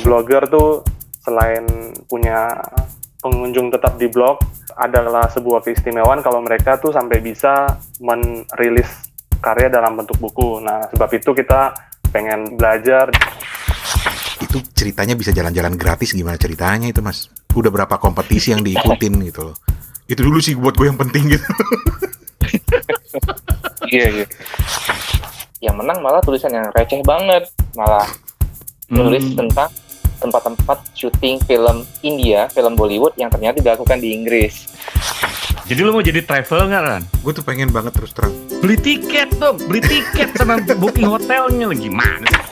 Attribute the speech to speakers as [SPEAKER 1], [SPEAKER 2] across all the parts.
[SPEAKER 1] blogger tuh selain punya pengunjung tetap di blog, adalah sebuah keistimewaan kalau mereka tuh sampai bisa merilis karya dalam bentuk buku. Nah, sebab itu kita pengen belajar.
[SPEAKER 2] Itu ceritanya bisa jalan-jalan gratis, gimana ceritanya itu, Mas? Udah berapa kompetisi yang diikutin gitu loh. Itu dulu sih buat gue yang penting gitu.
[SPEAKER 3] Iya. Yang menang malah tulisan yang receh banget, malah tulis tentang tempat-tempat syuting film India, film Bollywood yang ternyata dilakukan di Inggris.
[SPEAKER 4] Jadi lu mau jadi travel nggak, Ran?
[SPEAKER 2] Gue tuh pengen banget terus terang.
[SPEAKER 4] Beli tiket dong, beli tiket sama booking hotelnya lagi gimana sih?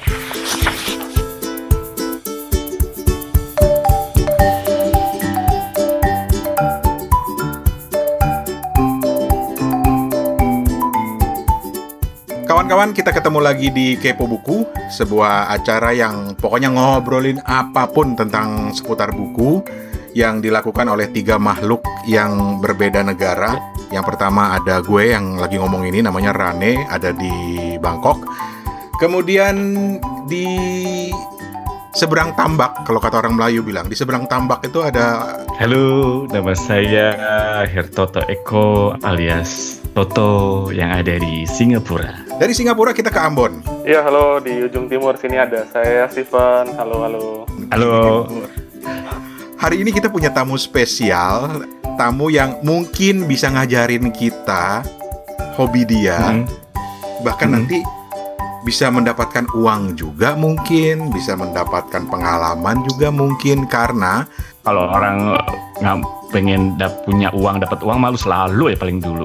[SPEAKER 2] Kawan-kawan, kita ketemu lagi di Kepo Buku, sebuah acara yang pokoknya ngobrolin apapun tentang seputar buku yang dilakukan oleh 3 makhluk yang berbeda negara. Yang pertama ada gue yang lagi ngomong ini, namanya Rane, ada di Bangkok. Kemudian di seberang tambak, kalau kata orang Melayu bilang, di seberang tambak itu ada...
[SPEAKER 4] Halo, nama saya Hertoto Eko alias Toto yang ada di Singapura.
[SPEAKER 2] Dari Singapura kita ke Ambon.
[SPEAKER 1] Iya, halo, di ujung timur sini ada saya, Steven. Halo.
[SPEAKER 4] Halo.
[SPEAKER 2] Hari ini kita punya tamu spesial, tamu yang mungkin bisa ngajarin kita hobi dia, bahkan nanti bisa mendapatkan uang juga mungkin, bisa mendapatkan pengalaman juga mungkin, karena
[SPEAKER 4] Kalau orang nggak pengen punya uang, dapat uang, malu selalu ya paling dulu.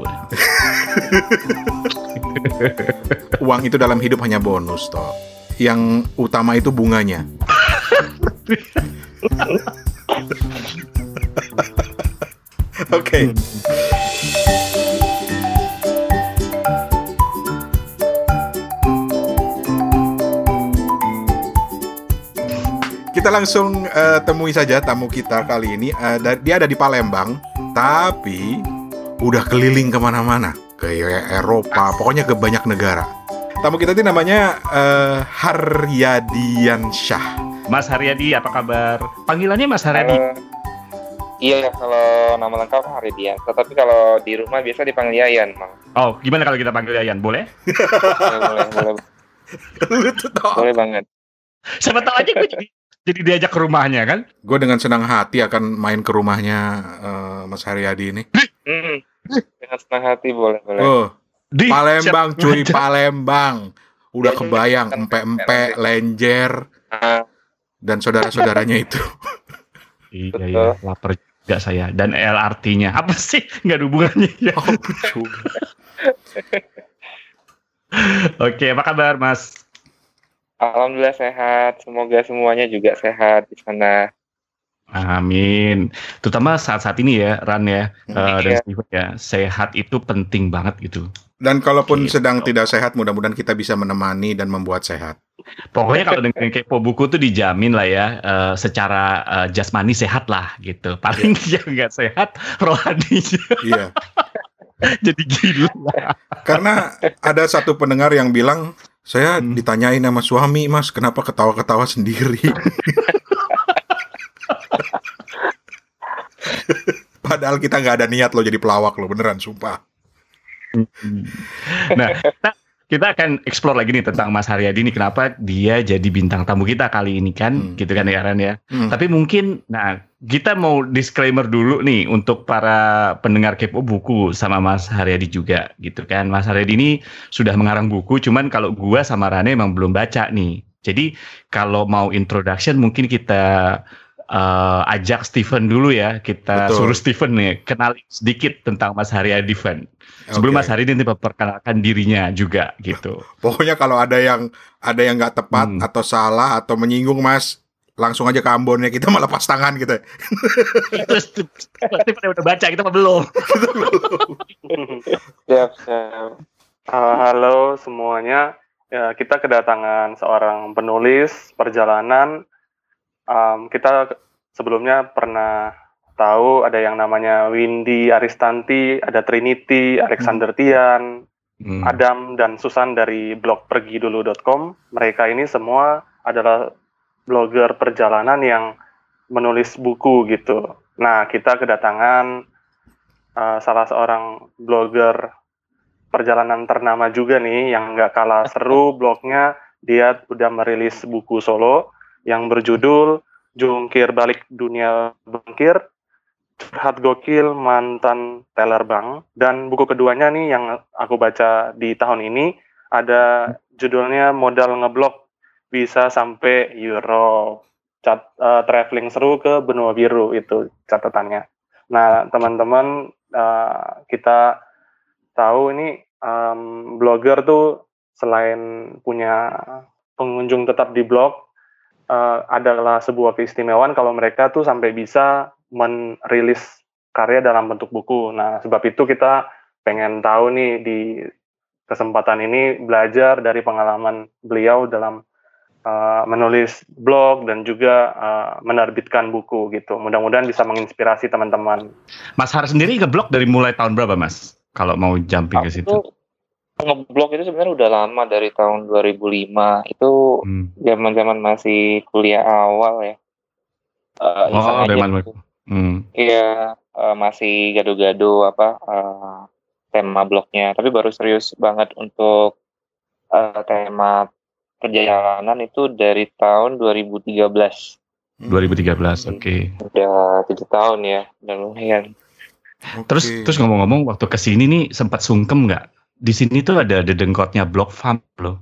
[SPEAKER 2] uang itu dalam hidup hanya bonus toh. Yang utama itu bunganya. Oke. Kita langsung temui saja tamu kita kali ini. Dia ada di Palembang, tapi udah keliling kemana-mana, ke Eropa, pokoknya ke banyak negara. Tamu kita ini namanya Haryadiansyah.
[SPEAKER 4] Mas Haryadi, apa kabar? Panggilannya Mas Haryadi.
[SPEAKER 3] Iya, kalau nama lengkap Haryadian. Tetapi kalau di rumah biasa dipanggil Yayan, Mang.
[SPEAKER 4] Oh, gimana kalau kita panggil Yayan? Boleh?
[SPEAKER 3] Boleh. Boleh banget.
[SPEAKER 4] Siapa tahu aja gue jadi diajak ke rumahnya kan?
[SPEAKER 2] Gue dengan senang hati akan main ke rumahnya Mas Haryadi ini.
[SPEAKER 3] Dengan senang hati, boleh.
[SPEAKER 2] Oh, Palembang cuy, Palembang. Udah kebayang empe-empe, lenjer, dan saudara-saudaranya itu.
[SPEAKER 4] Iya, lapar juga saya. Dan LRT-nya apa sih? Nggak ada hubungannya ya. Oke, apa kabar Mas?
[SPEAKER 3] Alhamdulillah sehat. Semoga semuanya juga sehat di sana.
[SPEAKER 4] Amin. Terutama saat-saat ini ya, Ran ya, dan Steven ya, sehat itu penting banget gitu.
[SPEAKER 2] Dan kalaupun sedang tidak sehat, mudah-mudahan kita bisa menemani dan membuat sehat.
[SPEAKER 4] Pokoknya kalau dengan Kepo Buku tuh dijamin lah ya, secara jasmani sehat lah gitu. Paling yang nggak sehat, rohaninya.
[SPEAKER 2] Iya.
[SPEAKER 4] Jadi gila.
[SPEAKER 2] Karena ada satu pendengar yang bilang, saya ditanyain sama suami, Mas, kenapa ketawa-ketawa sendiri? Padahal kita nggak ada niat loh jadi pelawak loh, beneran, sumpah.
[SPEAKER 4] Nah, kita akan explore lagi nih tentang Mas Haryadi ini, kenapa dia jadi bintang tamu kita kali ini kan, gitu kan ya Ran ya. Tapi mungkin, nah kita mau disclaimer dulu nih untuk para pendengar Kepo Buku sama Mas Haryadi juga gitu kan. Mas Haryadi ini sudah mengarang buku, cuman kalau gua sama Rane emang belum baca nih. Jadi kalau mau introduction mungkin kita ajak Steven dulu ya. Kita suruh Steven nih kenal sedikit tentang Mas Haryadi Van. Sebelum Mas Haryadi nanti memperkenalkan dirinya juga gitu.
[SPEAKER 2] Pokoknya kalau ada yang nggak tepat atau salah atau menyinggung Mas, langsung aja ke Ambonnya, kita malah lepas tangan gitu.
[SPEAKER 4] Steven udah baca, kita mah belum.
[SPEAKER 3] Siap.
[SPEAKER 1] Halo semuanya. Ya, kita kedatangan seorang penulis perjalanan. Kita sebelumnya pernah tahu ada yang namanya Windy Aristanti, ada Trinity, Alexander Tian, Adam dan Susan dari blog pergidulu.com. Mereka ini semua adalah blogger perjalanan yang menulis buku gitu. Nah, kita kedatangan salah seorang blogger perjalanan ternama juga nih, yang nggak kalah seru blognya. Dia udah merilis buku solo yang berjudul Jungkir Balik Dunia Bangkir, Curhat Gokil Mantan Teller Bank. Dan buku keduanya nih yang aku baca di tahun ini ada judulnya Modal Ngeblog Bisa Sampai Europe. Traveling seru ke benua biru, itu catatannya. Nah, teman-teman, kita tahu ini blogger tuh selain punya pengunjung tetap di blog, adalah sebuah keistimewaan kalau mereka tuh sampai bisa merilis karya dalam bentuk buku. Nah, sebab itu kita pengen tahu nih di kesempatan ini belajar dari pengalaman beliau dalam menulis blog dan juga menerbitkan buku gitu. Mudah-mudahan bisa menginspirasi teman-teman.
[SPEAKER 4] Mas Har sendiri ngeblog dari mulai tahun berapa, Mas? Kalau mau jumping ke situ.
[SPEAKER 3] Ngeblog itu sebenarnya udah lama, dari tahun 2005. Itu zaman-zaman masih kuliah awal ya. Iya, masih gado-gado tema blognya. Tapi baru serius banget untuk tema perjalanan itu dari tahun 2013.
[SPEAKER 4] 2013, oke.
[SPEAKER 3] Udah 7 tahun ya, udah lumayan.
[SPEAKER 4] Terus ngomong-ngomong, waktu kesini nih sempat sungkem nggak? Di sini tuh ada dedengkotnya Blog Farm loh.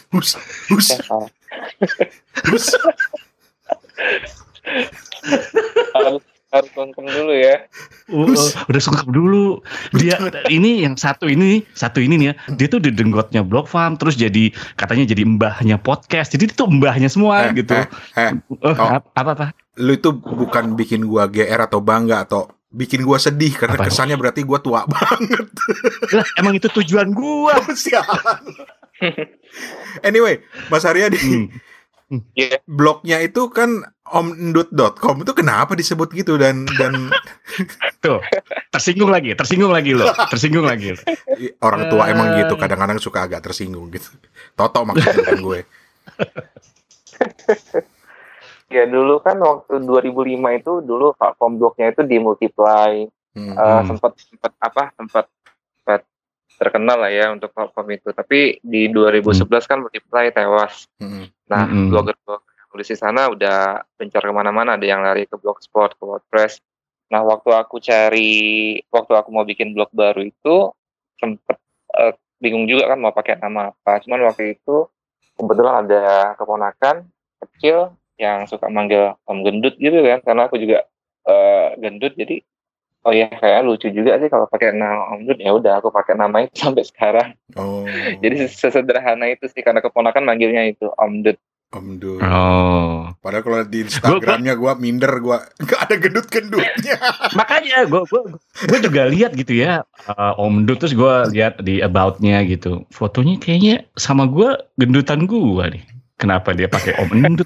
[SPEAKER 3] Harus sungkem dulu ya.
[SPEAKER 4] Udah sungkem dulu. Dia ini yang satu ini nih ya. Dia tuh dedenggotnya Blog Farm, terus katanya jadi mbahnya podcast. Jadi itu mbahnya semua gitu. Apa?
[SPEAKER 2] Lu itu bukan bikin gua GR atau bangga atau bikin gua sedih karena kesannya berarti gua tua banget.
[SPEAKER 4] Lah, emang itu tujuan gua.
[SPEAKER 2] Sialan. Anyway, Mas Haryadi. Blognya itu kan omndut.com, itu kenapa disebut gitu dan
[SPEAKER 4] tuh tersinggung lagi lo.
[SPEAKER 2] Orang tua emang gitu, kadang-kadang suka agak tersinggung gitu. Toto maksudnya kan gue.
[SPEAKER 3] Ya dulu kan waktu 2005 itu dulu platform blognya itu di Multiply. Sempat terkenal lah ya untuk platform itu. Tapi di 2011 kan Multiply tewas. Nah, blogger-blogger yang nulis di sana udah pencar kemana-mana. Ada yang lari ke Blogspot, ke WordPress. Nah, waktu aku mau bikin blog baru itu sempet bingung juga kan mau pakai nama apa. Cuman waktu itu kebetulan ada keponakan kecil yang suka manggil Om Gendut gitu kan. Karena aku juga gendut, jadi oh ya kayak lucu juga sih kalau pakai nama Om Gendut. Ya udah aku pakai nama itu sampai sekarang. Jadi sesederhana itu sih, karena keponakan manggilnya itu Om Gendut.
[SPEAKER 2] Padahal kalau di Instagramnya gue minder, gue nggak ada gendut-gendutnya.
[SPEAKER 4] Makanya gue juga lihat gitu ya, Om Gendut, terus gue lihat di about-nya gitu, fotonya kayaknya sama gue, gendutan gue nih. Kenapa dia pakai Om Gendut?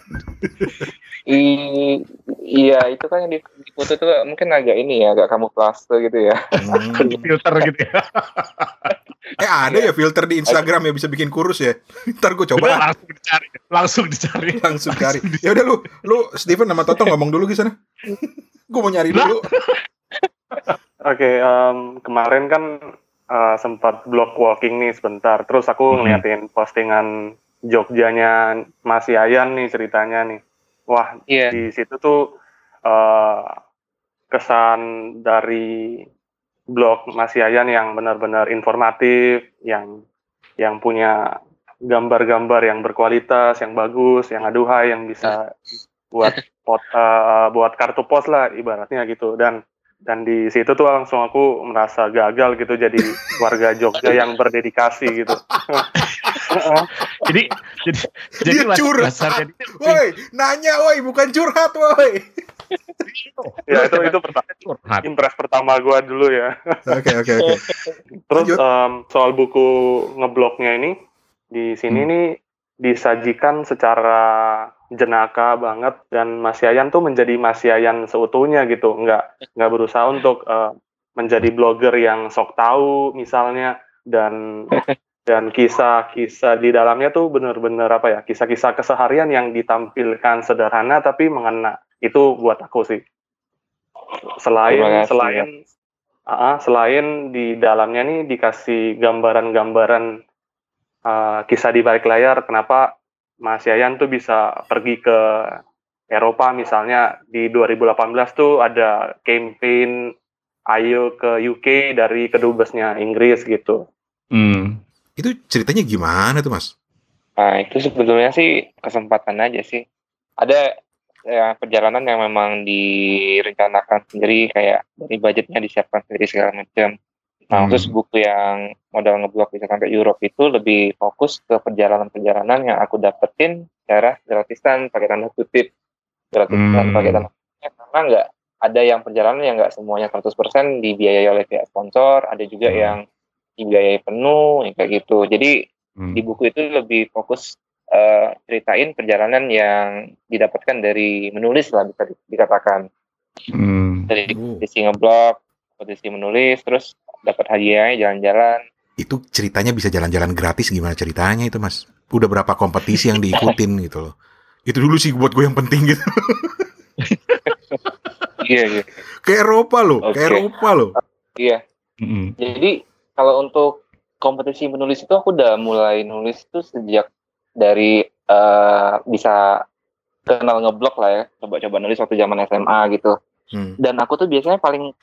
[SPEAKER 3] Iya, itu kan yang di foto itu mungkin agak agak kamuflase gitu ya.
[SPEAKER 4] Filter gitu ya.
[SPEAKER 2] Ada ya filter di Instagram ya, bisa bikin kurus ya. Ntar gue coba.
[SPEAKER 4] Langsung dicari.
[SPEAKER 2] Ya udah lu Steven sama Toto ngomong dulu di sana. Gue mau nyari dulu.
[SPEAKER 1] Oke, kemarin kan sempat blog walking nih sebentar. Terus aku ngeliatin postingan Jogjanya Mas Yayan nih, ceritanya nih. Wah, di situ tuh kesan dari blog Mas Yayan yang benar-benar informatif, yang punya gambar-gambar yang berkualitas, yang bagus, yang aduhai, yang bisa buat kartu pos lah ibaratnya gitu. Dan di situ tuh langsung aku merasa gagal gitu jadi warga Jogja yang berdedikasi gitu.
[SPEAKER 2] jadi curhat. Woi, nanya woi, bukan curhat woi.
[SPEAKER 1] Ya itu impress pertama gue dulu ya.
[SPEAKER 2] Oke.
[SPEAKER 1] Terus soal buku ngeblognya ini di sini nih disajikan secara jenaka banget, dan Mas Yayan tuh menjadi Mas Yayan seutuhnya gitu, nggak berusaha untuk menjadi blogger yang sok tahu misalnya, dan dan kisah-kisah di dalamnya tuh bener-bener kisah-kisah keseharian yang ditampilkan sederhana tapi mengena. Itu buat aku sih. Selain di dalamnya nih dikasih gambaran-gambaran kisah di balik layar, kenapa Mas Yayan tuh bisa pergi ke Eropa, misalnya di 2018 tuh ada campaign Ayo ke UK dari kedubesnya Inggris gitu.
[SPEAKER 2] Itu ceritanya gimana tuh, Mas?
[SPEAKER 3] Nah, itu sebetulnya sih kesempatan aja sih. Ada ya, perjalanan yang memang direncanakan sendiri, kayak dari budgetnya disiapkan sendiri segala macam. Nah, khusus buku yang modal ngeblok bisa sampai Europe itu lebih fokus ke perjalanan-perjalanan yang aku dapetin secara gratisan, pakai tanda kutip. Gratisan pakai tanda kutipnya, karena nggak ada yang perjalanan yang nggak semuanya 100% dibiayai oleh pihak sponsor, ada juga yang dibiayai penuh, kayak gitu. Jadi di buku itu lebih fokus ceritain perjalanan yang didapatkan dari menulis lah, bisa dikatakan. Dari kompetisi ngeblog, kompetisi menulis, terus dapat hadiahnya jalan-jalan.
[SPEAKER 2] Itu ceritanya bisa jalan-jalan gratis, gimana ceritanya itu, Mas? Udah berapa kompetisi yang diikutin gitu loh. Itu dulu sih buat gue yang penting gitu.
[SPEAKER 3] Iya.
[SPEAKER 2] Ke Eropa loh,
[SPEAKER 3] Iya. Jadi kalau untuk kompetisi menulis itu aku udah mulai nulis tuh sejak dari bisa kenal ngeblog lah ya, coba-coba nulis waktu zaman SMA gitu. Dan aku tuh biasanya paling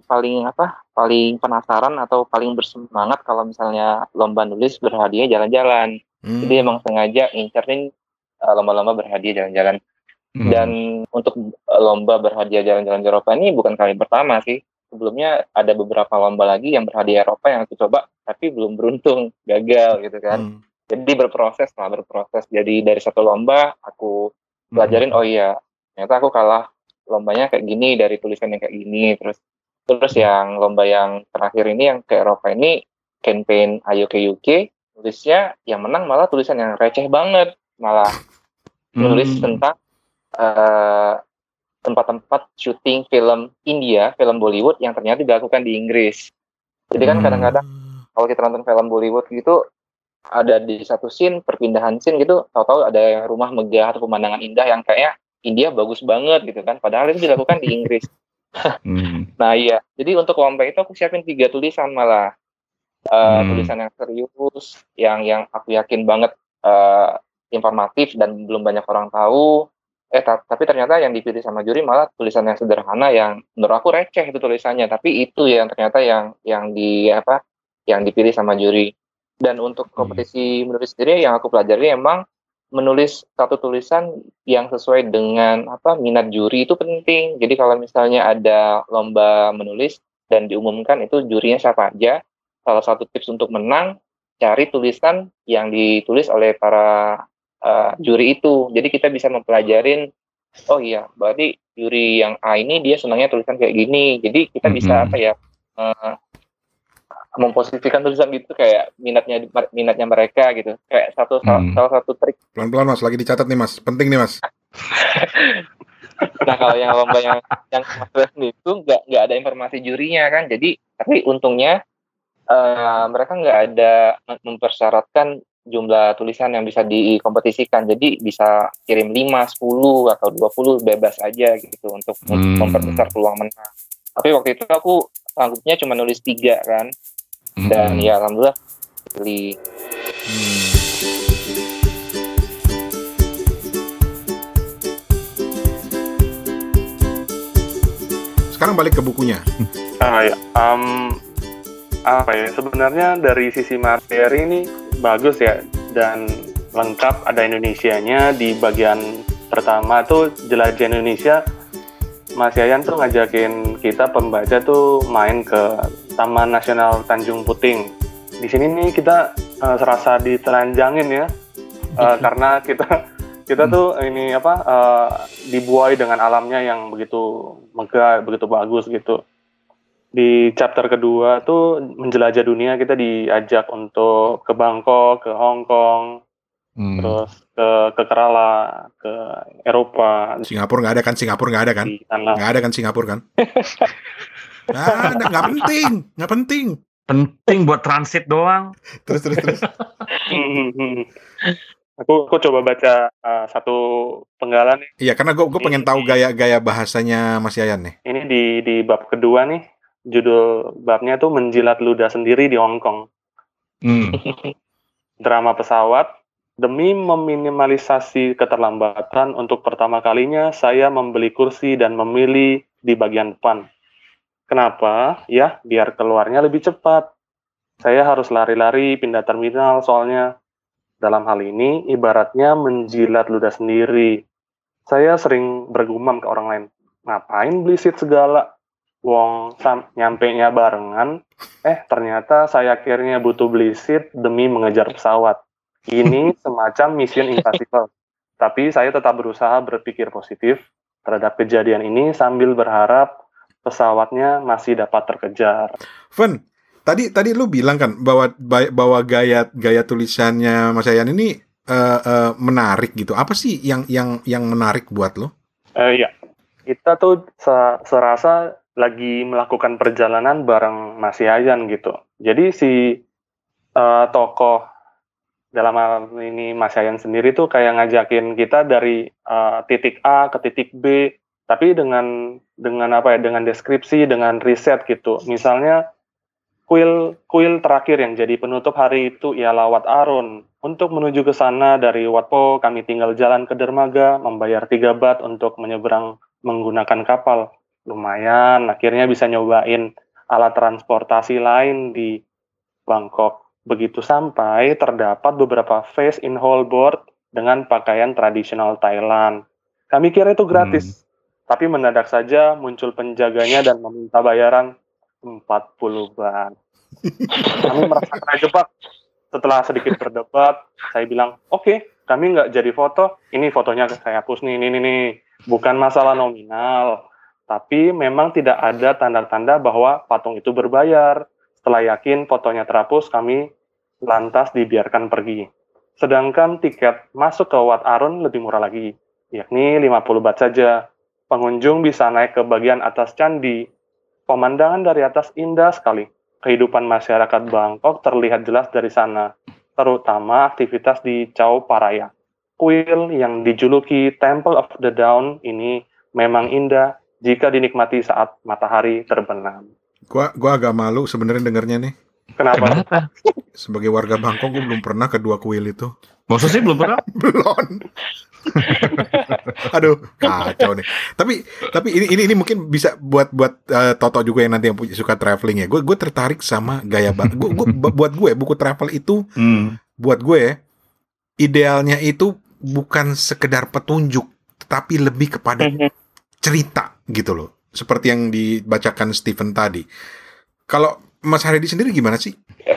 [SPEAKER 3] penasaran atau paling bersemangat kalau misalnya lomba nulis berhadiah jalan-jalan. Jadi emang sengaja ngincerin lomba-lomba berhadiah jalan-jalan. Dan untuk lomba berhadiah jalan-jalan di Eropa ini bukan kali pertama sih. Sebelumnya ada beberapa lomba lagi yang berhadiah Eropa yang aku coba, tapi belum beruntung, gagal gitu kan. Jadi berproses. Jadi dari satu lomba aku pelajarin, oh iya, ternyata aku kalah lombanya kayak gini dari tulisan yang kayak gini. Terus yang lomba yang terakhir ini yang ke Eropa ini, campaign Ayo ke UK, tulisnya yang menang malah tulisan yang receh banget, malah nulis tentang tempat-tempat syuting film India, film Bollywood yang ternyata dilakukan di Inggris. Jadi kan kadang-kadang kalau kita nonton film Bollywood gitu, ada di satu scene, perpindahan scene gitu, tahu-tahu ada rumah megah atau pemandangan indah yang kayaknya India bagus banget gitu kan, padahal itu dilakukan di Inggris. Nah iya, jadi untuk lomba itu aku siapin 3 tulisan malah. Tulisan yang serius, yang aku yakin banget informatif dan belum banyak orang tahu. Tapi ternyata yang dipilih sama juri malah tulisan yang sederhana yang menurut aku receh itu tulisannya, tapi itu yang ternyata yang dipilih sama juri. Dan untuk kompetisi menulis sendiri yang aku pelajari emang menulis satu tulisan yang sesuai dengan minat juri itu penting. Jadi kalau misalnya ada lomba menulis dan diumumkan itu jurinya siapa aja, salah satu tips untuk menang, cari tulisan yang ditulis oleh para juri itu. Jadi kita bisa mempelajarin, oh iya, berarti juri yang A ini dia senangnya tulisan kayak gini. Jadi kita bisa memposisikan tulisan gitu kayak minatnya mereka gitu. Kayak salah satu trik.
[SPEAKER 2] Pelan-pelan Mas, lagi dicatat nih Mas. Penting nih Mas.
[SPEAKER 3] Nah kalau yang lomba yang itu nggak ada informasi jurinya kan. Jadi tapi untungnya mereka nggak ada mempersyaratkan jumlah tulisan yang bisa dikompetisikan. Jadi bisa kirim 5, 10 atau 20 bebas aja gitu untuk memperbesar peluang menang. Tapi waktu itu aku sanggupnya cuma nulis 3 kan. Dan ya alhamdulillah pilih.
[SPEAKER 2] Sekarang balik ke bukunya.
[SPEAKER 1] Sebenarnya dari sisi materi ini bagus ya dan lengkap, ada Indonesianya. Di bagian pertama tuh jelajah Indonesia, Mas Yayan tuh ngajakin kita pembaca tuh main ke Taman Nasional Tanjung Puting. Di sini nih kita serasa ditelanjangin ya, karena kita tuh dibuai dengan alamnya yang begitu megah, begitu bagus gitu. Di chapter kedua tuh menjelajah dunia, kita diajak untuk ke Bangkok, ke Hong Kong, terus ke Kerala, ke Eropa.
[SPEAKER 2] Singapura nggak ada kan? Nggak ada kan Singapura kan? Nggak penting.
[SPEAKER 4] penting buat transit doang.
[SPEAKER 2] Terus.
[SPEAKER 1] Aku coba baca satu penggalan nih.
[SPEAKER 2] Iya, karena gue pengen tahu gaya bahasanya Mas Yayan nih.
[SPEAKER 1] Ini di bab kedua nih, judul babnya tuh menjilat ludah sendiri di Hong Kong. Drama pesawat. Demi meminimalisasi keterlambatan, untuk pertama kalinya saya membeli kursi dan memilih di bagian depan. Kenapa? Ya, biar keluarnya lebih cepat. Saya harus lari-lari pindah terminal soalnya. Dalam hal ini, ibaratnya menjilat ludah sendiri. Saya sering bergumam ke orang lain, ngapain beli seat segala? Wong nyampe-nya barengan, ternyata saya akhirnya butuh beli seat demi mengejar pesawat. Ini semacam Mission Impossible. Tapi saya tetap berusaha berpikir positif terhadap kejadian ini sambil berharap pesawatnya masih dapat terkejar.
[SPEAKER 2] Fen, tadi lu bilang kan bahwa gaya tulisannya Mas Yayan ini menarik gitu. Apa sih yang menarik buat lo?
[SPEAKER 1] Ya, kita tuh serasa lagi melakukan perjalanan bareng Mas Yayan gitu. Jadi si tokoh dalam hal ini Mas Yayan sendiri tuh kayak ngajakin kita dari titik A ke titik B, tapi dengan apa ya? Dengan deskripsi, dengan riset gitu. Misalnya kuil terakhir yang jadi penutup hari itu ialah Wat Arun. Untuk menuju ke sana dari Wat Po, kami tinggal jalan ke dermaga, membayar 3 baht untuk menyeberang menggunakan kapal. Lumayan, akhirnya bisa nyobain alat transportasi lain di Bangkok. Begitu sampai, terdapat beberapa face in Holboard dengan pakaian tradisional Thailand. Kami kira itu gratis, tapi mendadak saja muncul penjaganya dan meminta bayaran 40 baht. Kami merasa terjebak. Setelah sedikit berdebat, saya bilang, oke, kami nggak jadi foto. Ini fotonya saya hapus nih, ini. Bukan masalah nominal, tapi memang tidak ada tanda-tanda bahwa patung itu berbayar. Setelah yakin fotonya terhapus, kami lantas dibiarkan pergi. Sedangkan tiket masuk ke Wat Arun lebih murah lagi, yakni 50 baht saja. Pengunjung bisa naik ke bagian atas candi. Pemandangan dari atas indah sekali. Kehidupan masyarakat Bangkok terlihat jelas dari sana, terutama aktivitas di Chao Phraya. Kuil yang dijuluki Temple of the Dawn ini memang indah jika dinikmati saat matahari terbenam.
[SPEAKER 2] Gua agak malu sebenarnya dengarnya nih.
[SPEAKER 1] Kenapa?
[SPEAKER 2] Sebagai warga Bangkok, gue belum pernah ke 2 kuil itu.
[SPEAKER 4] Maksudnya belum pernah?
[SPEAKER 2] Belum. Aduh, kacau nih. Tapi ini mungkin bisa buat Toto juga yang nanti yang suka traveling ya. Gue tertarik sama gaya buat gue buku travel itu buat gue idealnya itu bukan sekedar petunjuk, tetapi lebih kepada cerita gitu loh. Seperti yang dibacakan Stephen tadi. Kalau Mas Haryadi sendiri gimana sih?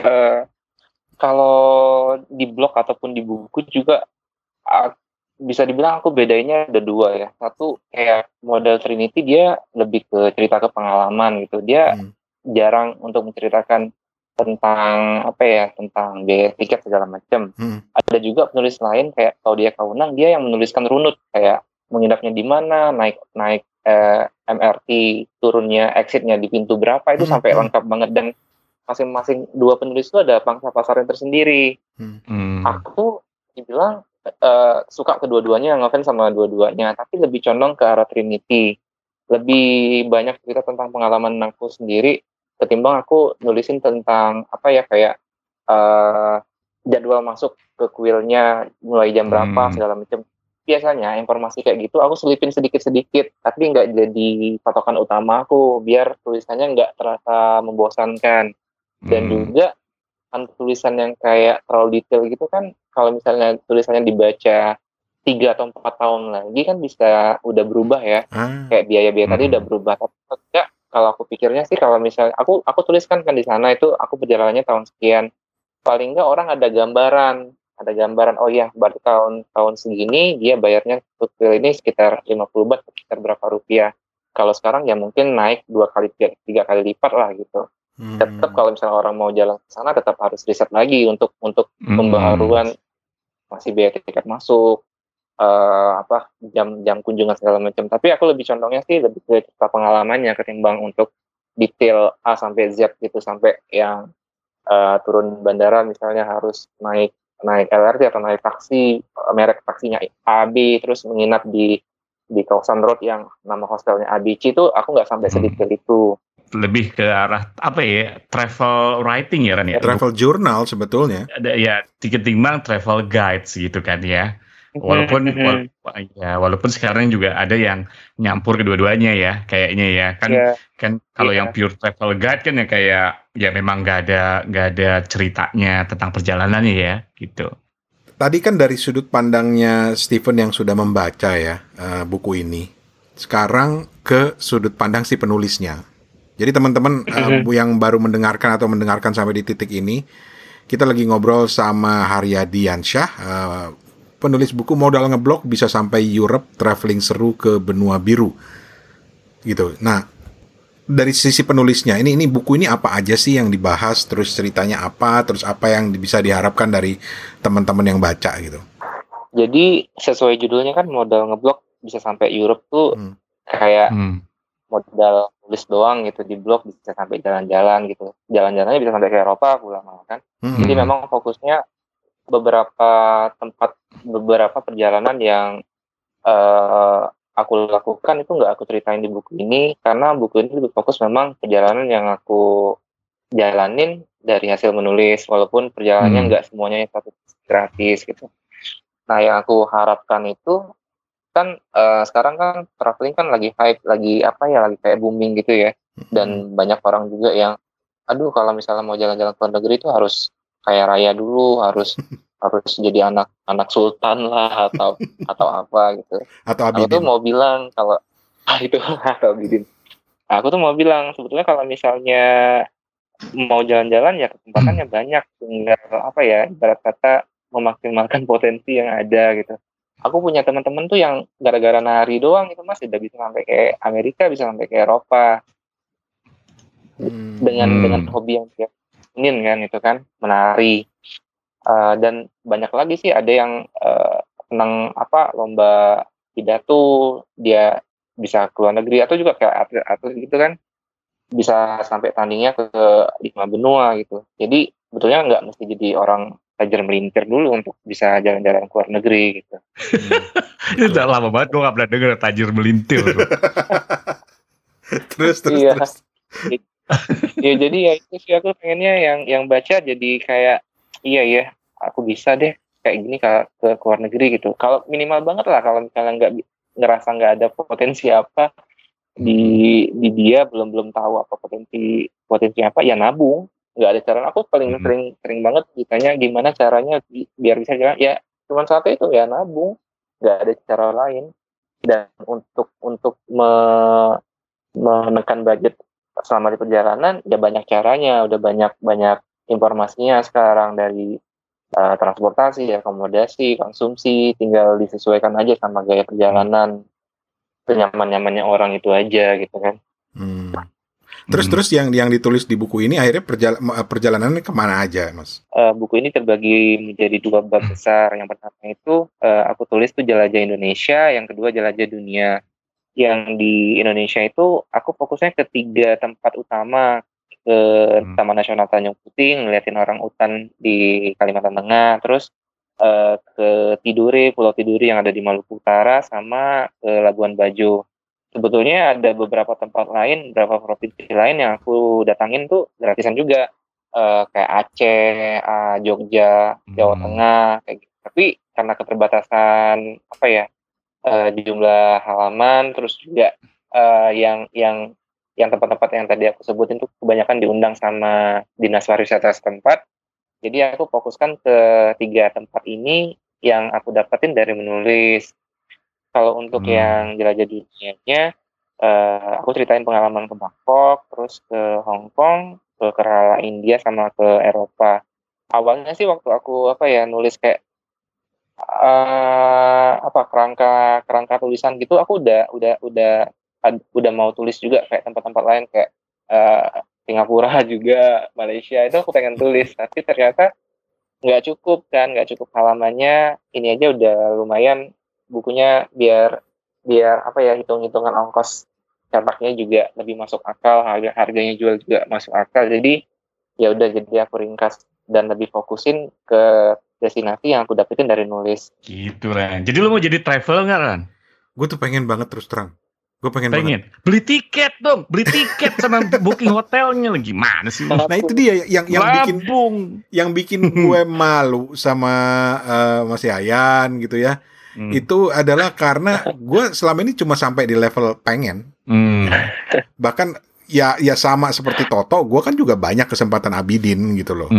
[SPEAKER 3] Kalau di blog ataupun di buku juga bisa dibilang aku bedanya ada 2 ya. Satu kayak model Trinity, dia lebih ke cerita ke pengalaman gitu. Dia jarang untuk menceritakan tentang tentang biaya tiket segala macam. Ada juga penulis lain kayak Claudia Kaunang, dia yang menuliskan runut kayak menginapnya di mana, naik MRT, turunnya exitnya di pintu berapa, itu sampai lengkap banget. Dan masing-masing 2 penulis itu ada pangsa pasarnya tersendiri. Aku dibilang suka kedua-duanya, ngefans sama dua-duanya, tapi lebih condong ke arah Trinity. Lebih banyak cerita tentang pengalaman aku sendiri ketimbang aku nulisin tentang kayak jadwal masuk ke kuilnya mulai jam berapa segala macam. Biasanya informasi kayak gitu aku selipin sedikit-sedikit, tapi nggak jadi patokan utama aku, biar tulisannya nggak terasa membosankan. Dan juga tulisan yang kayak terlalu detail gitu kan, kalau misalnya tulisannya dibaca 3 atau 4 tahun lagi kan bisa udah berubah ya. Kayak biaya-biaya tadi udah berubah. Tapi enggak, kalau aku pikirnya sih, kalau misalnya aku tuliskan kan di sana itu aku perjalanannya tahun sekian. Paling enggak orang ada gambaran, oh ya berarti tahun segini dia bayarnya untuk ini sekitar 50 baht, sekitar berapa rupiah. Kalau sekarang ya mungkin naik 2 kali 3 kali lipat lah gitu. Tetap kalau misalnya orang mau jalan ke sana tetap harus riset lagi untuk pembaharuan, masih biaya tiket masuk, jam kunjungan segala macam. Tapi aku lebih condongnya sih lebih ke cerita pengalamannya ketimbang untuk detail A sampai Z gitu, sampai yang turun bandara misalnya harus naik LRT atau naik taksi, merek taksinya A B, terus menginap di kawasan road yang nama hostelnya ABC, itu aku nggak sampai sedetail itu.
[SPEAKER 4] Lebih ke arah apa ya, travel writing ya Ran ya?
[SPEAKER 2] Travel journal sebetulnya.
[SPEAKER 4] Ada ya, timbang travel guides gitu kan ya. Walaupun sekarang juga ada yang nyampur kedua-duanya ya, kayaknya ya kan.
[SPEAKER 3] Yeah.
[SPEAKER 4] Kan kalau yang pure travel guide kan ya kayak ya memang nggak ada ceritanya tentang perjalanannya ya gitu.
[SPEAKER 2] Tadi kan dari sudut pandangnya Stephen yang sudah membaca ya buku ini. Sekarang ke sudut pandang si penulisnya. Jadi teman-teman yang baru mendengarkan atau mendengarkan sampai di titik ini, kita lagi ngobrol sama Haryadi Yansyah, penulis buku Modal Ngeblog Bisa Sampai Europe, Traveling Seru ke Benua Biru. Gitu. Nah, dari sisi penulisnya, ini buku ini apa aja sih yang dibahas, terus ceritanya apa, terus apa yang bisa diharapkan dari teman-teman yang baca gitu.
[SPEAKER 3] Jadi sesuai judulnya kan Modal Ngeblog Bisa Sampai Europe tuh kayak modal tulis doang gitu, di blog bisa sampai jalan-jalan gitu. Jalan-jalannya bisa sampai ke Eropa pulang kan. Jadi memang fokusnya beberapa tempat, beberapa perjalanan yang aku lakukan itu nggak aku ceritain di buku ini, karena buku ini lebih fokus memang perjalanan yang aku jalanin dari hasil menulis, walaupun perjalanannya nggak semuanya gratis gitu. Nah, yang aku harapkan itu kan sekarang kan traveling kan lagi hype, lagi kayak booming gitu ya, dan banyak orang juga yang aduh kalau misalnya mau jalan-jalan ke luar negeri itu harus kaya raya dulu, harus jadi anak sultan lah atau apa gitu.
[SPEAKER 2] Atau
[SPEAKER 3] Aku tuh mau bilang kalau itu atau Abidin. Aku tuh mau bilang sebetulnya kalau misalnya mau jalan-jalan ya kesempatannya banyak, tinggal ibarat kata memaksimalkan potensi yang ada gitu. Aku punya teman-teman tuh yang gara-gara nari doang itu Mas udah bisa sampai ke Amerika, bisa sampai ke Eropa. Dengan hobi yang dia ingin kan itu kan menari. Dan banyak lagi sih, ada yang senang lomba pidato, dia bisa ke luar negeri, atau juga kayak atlet gitu kan bisa sampai tandingnya ke 5 benua gitu. Jadi betulnya nggak mesti jadi orang tajir melintir dulu untuk bisa jalan-jalan ke luar negeri gitu.
[SPEAKER 4] Itu udah lama banget gue gak pernah denger tajir melintir.
[SPEAKER 2] terus.
[SPEAKER 3] Ya jadi ya itu sih, aku pengennya yang baca jadi kayak iya aku bisa deh kayak gini ke luar negeri gitu. Kalau minimal banget lah, kalau misalnya nggak ngerasa nggak ada potensi apa di dia, belum tahu apa potensi apa, ya nabung. Nggak ada cara. Aku paling sering banget ditanya gimana caranya biar bisa jalan, ya cuma satu itu, ya nabung. Nggak ada cara lain. Dan untuk menekan budget selama di perjalanan, ya banyak caranya, udah banyak informasinya sekarang, dari transportasi, akomodasi, konsumsi, tinggal disesuaikan aja sama gaya perjalanan, senyaman-nyamannya orang itu aja gitu kan.
[SPEAKER 2] Terus yang ditulis di buku ini akhirnya perjalanannya kemana aja, Mas?
[SPEAKER 3] Buku ini terbagi menjadi 2 bab besar. Yang pertama itu aku tulis tuh jelajah Indonesia, yang kedua jelajah dunia. Yang di Indonesia itu aku fokusnya ke 3 tempat utama, ke Taman Nasional Tanjung Puting, ngeliatin orang utan di Kalimantan Tengah, terus ke Tidore, Pulau Tidore yang ada di Maluku Utara, sama ke Labuan Bajo. Sebetulnya ada beberapa tempat lain, beberapa provinsi lain yang aku datangin tuh gratisan juga, kayak Aceh, Jogja, Jawa Tengah, kayak gitu. Tapi karena keterbatasan jumlah halaman, terus juga yang tempat-tempat yang tadi aku sebutin tuh kebanyakan diundang sama dinas pariwisata setempat. Jadi aku fokuskan ke 3 tempat ini yang aku dapetin dari menulis. Kalau untuk yang jelajah dunianya, aku ceritain pengalaman ke Bangkok, terus ke Hong Kong, ke Kerala India, sama ke Eropa. Awalnya sih waktu aku nulis kayak kerangka tulisan gitu, aku udah mau tulis juga kayak tempat-tempat lain kayak Singapura juga, Malaysia, itu aku pengen tulis, tapi ternyata nggak cukup halamannya. Ini aja udah lumayan bukunya, biar hitung-hitungan ongkos cetaknya juga lebih masuk akal, harganya jual juga masuk akal. Jadi ya udah, jadi aku ringkas dan lebih fokusin ke destinasi yang aku dapetin dari nulis.
[SPEAKER 4] Gitu Ran. Jadi lu mau jadi travel nggak Ran?
[SPEAKER 2] Gue tuh pengen banget terus terang. Gue pengen banget.
[SPEAKER 4] Beli tiket dong, beli tiket sama booking hotelnya lagi. Gimana sih?
[SPEAKER 2] Nah itu dia yang bikin gue malu sama Mas Yayan gitu ya. Itu adalah karena gue selama ini cuma sampai di level pengen. Bahkan ya sama seperti Toto, gue kan juga banyak kesempatan Abidin gitu loh.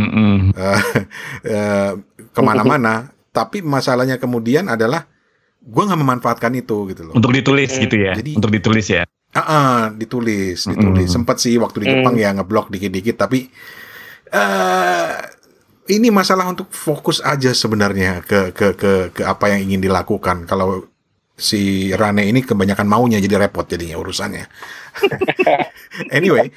[SPEAKER 2] Kemana-mana. Tapi masalahnya kemudian adalah gue nggak memanfaatkan itu gitu loh.
[SPEAKER 4] Untuk ditulis gitu ya. Jadi, untuk ditulis ya.
[SPEAKER 2] Ditulis. Sempat sih waktu di Jepang ya ngeblok dikit-dikit, tapi ini masalah untuk fokus aja sebenarnya ke apa yang ingin dilakukan. Kalau si Rane ini kebanyakan maunya, jadi repot jadinya urusannya. Anyway,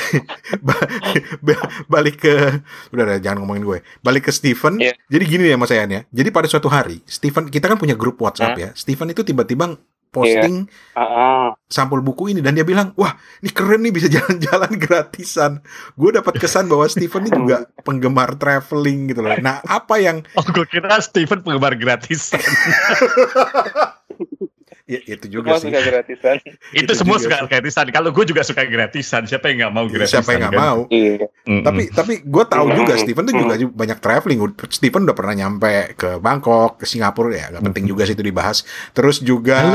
[SPEAKER 2] balik ke udah jangan ngomongin gue. Balik ke Steven. Yeah. Jadi gini ya Mas Ayan ya. Jadi pada suatu hari, Steven, kita kan punya grup WhatsApp ya. Steven itu tiba-tiba posting sampul buku ini dan dia bilang, wah ini keren nih, bisa jalan-jalan gratisan. Gue dapat kesan bahwa Steven ini juga penggemar traveling gitu loh. Nah apa yang
[SPEAKER 4] gue kira Steven penggemar gratisan.
[SPEAKER 2] Ya, itu juga
[SPEAKER 3] semua suka gratisan.
[SPEAKER 4] Itu semua suka gratisan. Kalau gue juga suka gratisan. Siapa yang nggak mau gratisan?
[SPEAKER 2] Siapa yang nggak mau? Tapi gue tahu juga Steven tuh juga banyak traveling. Steven udah pernah nyampe ke Bangkok, ke Singapura ya. Gak penting juga sih itu dibahas. Terus juga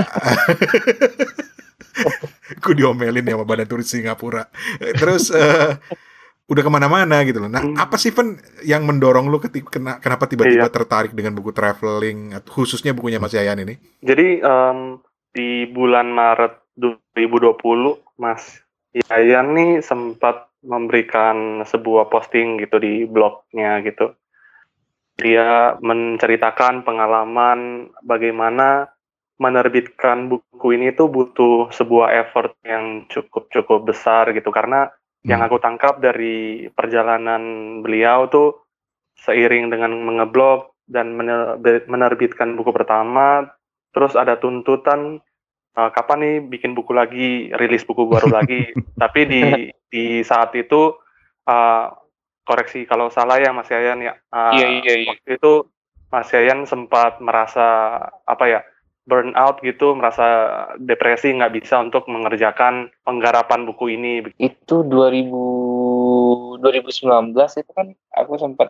[SPEAKER 2] gue diomelin ya sama Badan Turis Singapura. Terus udah kemana-mana gitu loh. Nah, apa sih Ven yang mendorong lu kenapa tiba-tiba tertarik dengan buku traveling, khususnya bukunya Mas Yayan ini?
[SPEAKER 1] Jadi di bulan Maret 2020, Mas Yayan nih sempat memberikan sebuah posting gitu di blognya gitu. Dia menceritakan pengalaman bagaimana menerbitkan buku ini tuh butuh sebuah effort yang cukup besar gitu, karena yang aku tangkap dari perjalanan beliau tuh seiring dengan mengeblog dan menerbitkan buku pertama, terus ada tuntutan kapan nih bikin buku lagi, rilis buku baru lagi. Tapi di saat itu koreksi kalau salah ya Mas Yayan ya. Waktu itu Mas Yayan sempat merasa burnout gitu, merasa depresi, nggak bisa untuk mengerjakan penggarapan buku ini.
[SPEAKER 3] Itu 2019 itu kan aku sempat